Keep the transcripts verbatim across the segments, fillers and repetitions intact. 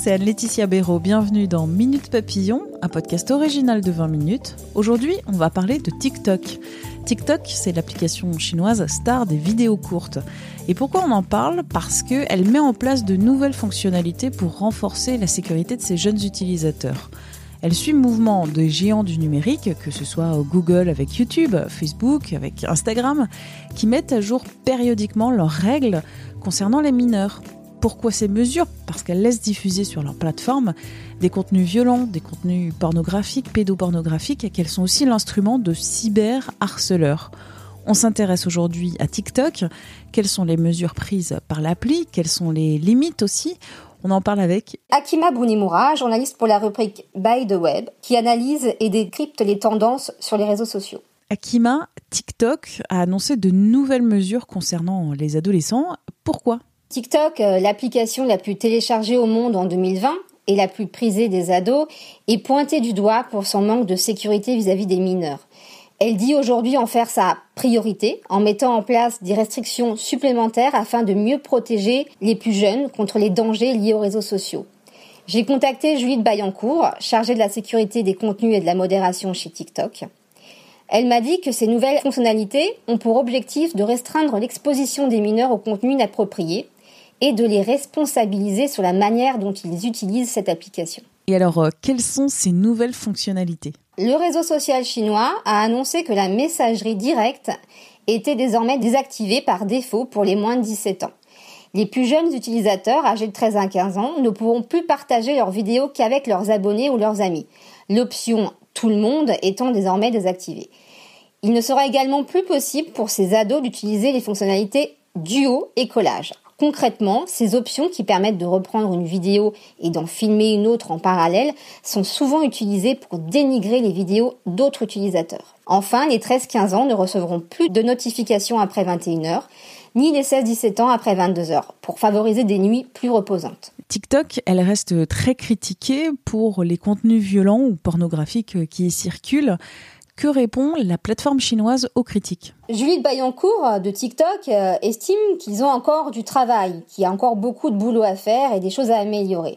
c'est Anne-Laetitia Béraud. Bienvenue dans Minute Papillon, un podcast original de vingt minutes. Aujourd'hui, on va parler de TikTok. TikTok, c'est l'application chinoise star des vidéos courtes. Et pourquoi on en parle ? Parce qu'elle met en place de nouvelles fonctionnalités pour renforcer la sécurité de ses jeunes utilisateurs. Elle suit le mouvement des géants du numérique, que ce soit Google avec YouTube, Facebook avec Instagram, qui mettent à jour périodiquement leurs règles concernant les mineurs. Pourquoi ces mesures ? Parce qu'elles laissent diffuser sur leur plateforme des contenus violents, des contenus pornographiques, pédopornographiques, et qu'elles sont aussi l'instrument de cyberharceleurs. On s'intéresse aujourd'hui à TikTok. Quelles sont les mesures prises par l'appli ? Quelles sont les limites aussi ? On en parle avec Akima Bunimura, journaliste pour la rubrique By the Web, qui analyse et décrypte les tendances sur les réseaux sociaux. Akima, TikTok a annoncé de nouvelles mesures concernant les adolescents. Pourquoi ? TikTok, l'application la plus téléchargée au monde en deux mille vingt et la plus prisée des ados, est pointée du doigt pour son manque de sécurité vis-à-vis des mineurs. Elle dit aujourd'hui en faire sa priorité, en mettant en place des restrictions supplémentaires afin de mieux protéger les plus jeunes contre les dangers liés aux réseaux sociaux. J'ai contacté Julie de Bayancourt, chargée de la sécurité des contenus et de la modération chez TikTok. Elle m'a dit que ces nouvelles fonctionnalités ont pour objectif de restreindre l'exposition des mineurs aux contenus inappropriés et de les responsabiliser sur la manière dont ils utilisent cette application. Et alors, euh, quelles sont ces nouvelles fonctionnalités ? Le réseau social chinois a annoncé que la messagerie directe était désormais désactivée par défaut pour les moins de dix-sept ans. Les plus jeunes utilisateurs, âgés de treize à quinze ans, ne pourront plus partager leurs vidéos qu'avec leurs abonnés ou leurs amis. L'option « Tout le monde » étant désormais désactivée. Il ne sera également plus possible pour ces ados d'utiliser les fonctionnalités duo et collage. Concrètement, ces options qui permettent de reprendre une vidéo et d'en filmer une autre en parallèle sont souvent utilisées pour dénigrer les vidéos d'autres utilisateurs. Enfin, les treize à quinze ans ne recevront plus de notifications après vingt et une heures, ni les seize à dix-sept ans après vingt-deux heures, pour favoriser des nuits plus reposantes. TikTok, elle reste très critiquée pour les contenus violents ou pornographiques qui y circulent. Que répond la plateforme chinoise aux critiques ? Julie de Bayancourt de TikTok euh, estime qu'ils ont encore du travail, qu'il y a encore beaucoup de boulot à faire et des choses à améliorer.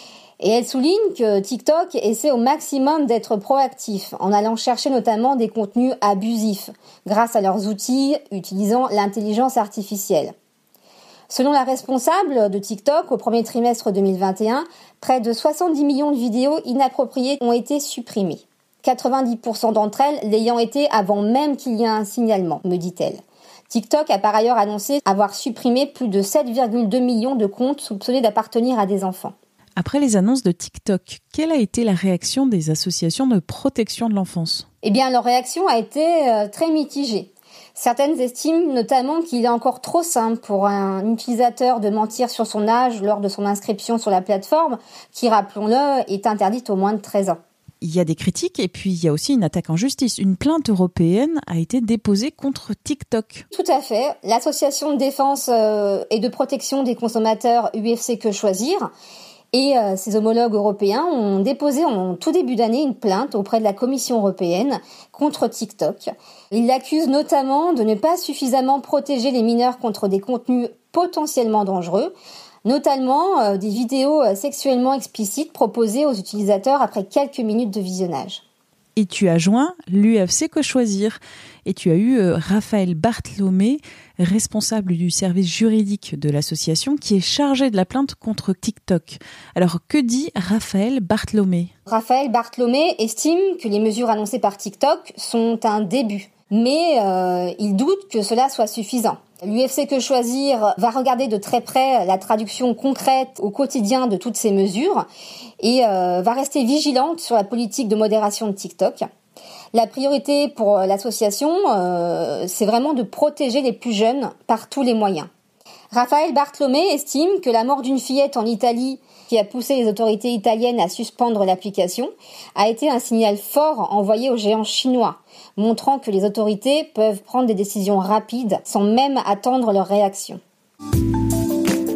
Et elle souligne que TikTok essaie au maximum d'être proactif en allant chercher notamment des contenus abusifs grâce à leurs outils utilisant l'intelligence artificielle. Selon la responsable de TikTok, au premier trimestre deux mille vingt et un, près de soixante-dix millions de vidéos inappropriées ont été supprimées. quatre-vingt-dix pour cent d'entre elles l'ayant été avant même qu'il y ait un signalement, me dit-elle. TikTok a par ailleurs annoncé avoir supprimé plus de sept virgule deux millions de comptes soupçonnés d'appartenir à des enfants. Après les annonces de TikTok, quelle a été la réaction des associations de protection de l'enfance ? Eh bien, leur réaction a été euh, très mitigée. Certaines estiment notamment qu'il est encore trop simple pour un utilisateur de mentir sur son âge lors de son inscription sur la plateforme, qui, rappelons-le, est interdite aux moins de treize ans. Il y a des critiques et puis il y a aussi une attaque en justice. Une plainte européenne a été déposée contre TikTok. Tout à fait. L'association de défense euh, et de protection des consommateurs U F C Que Choisir et euh, ses homologues européens ont déposé en tout début d'année une plainte auprès de la Commission européenne contre TikTok. Ils l'accusent notamment de ne pas suffisamment protéger les mineurs contre des contenus potentiellement dangereux, notamment euh, des vidéos euh, sexuellement explicites proposées aux utilisateurs après quelques minutes de visionnage. Et tu as joint l'U F C Que Choisir et tu as eu euh, Raphaël Barthelomé, responsable du service juridique de l'association, qui est chargé de la plainte contre TikTok. Alors que dit Raphaël Barthelomé ? Raphaël Barthelomé estime que les mesures annoncées par TikTok sont un début, mais euh, il doute que cela soit suffisant. L'U F C Que Choisir va regarder de très près la traduction concrète au quotidien de toutes ces mesures et euh, va rester vigilante sur la politique de modération de TikTok. La priorité pour l'association, euh, c'est vraiment de protéger les plus jeunes par tous les moyens. Raphaël Barthelomé estime que la mort d'une fillette en Italie, qui a poussé les autorités italiennes à suspendre l'application, a été un signal fort envoyé aux géants chinois, montrant que les autorités peuvent prendre des décisions rapides sans même attendre leur réaction.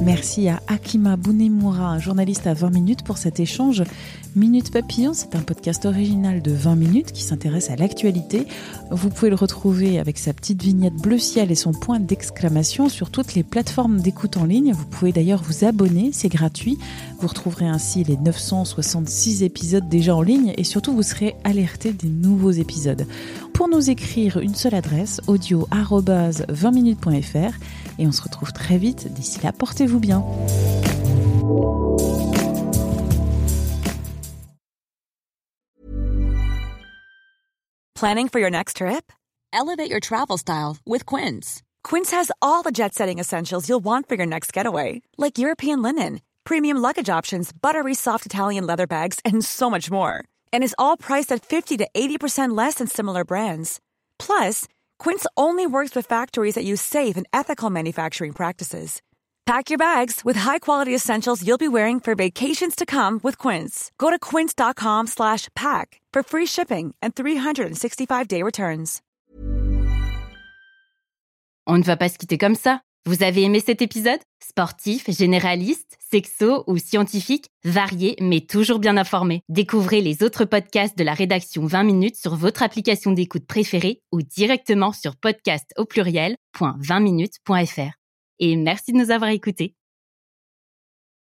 Merci à Akima Bunemura, un journaliste à vingt minutes pour cet échange. Minute Papillon, c'est un podcast original de vingt minutes qui s'intéresse à l'actualité. Vous pouvez le retrouver avec sa petite vignette bleu ciel et son point d'exclamation sur toutes les plateformes d'écoute en ligne. Vous pouvez d'ailleurs vous abonner, c'est gratuit. Vous retrouverez ainsi les neuf cent soixante-six épisodes déjà en ligne et surtout vous serez alerté des nouveaux épisodes. Pour nous écrire, une seule adresse, audio arobase vingt minutes point f r, et on se retrouve très vite. D'ici là, portez-vous bien. Planning for your next trip? Elevate your travel style with Quince. Quince has all the jet-setting essentials you'll want for your next getaway, like European linen, premium luggage options, buttery soft Italian leather bags, and so much more. And is all priced at fifty to eighty percent less than similar brands. Plus, Quince only works with factories that use safe and ethical manufacturing practices. Pack your bags with high-quality essentials you'll be wearing for vacations to come with Quince. Go to quince.com slash pack for free shipping and three sixty-five day returns. On ne va pas se quitter comme ça. Vous avez aimé cet épisode? Sportif, généraliste, sexo ou scientifique, varié mais toujours bien informé. Découvrez les autres podcasts de la rédaction vingt minutes sur votre application d'écoute préférée ou directement sur podcast au pluriel point vingt minutes point f r. Et merci de nous avoir écoutés.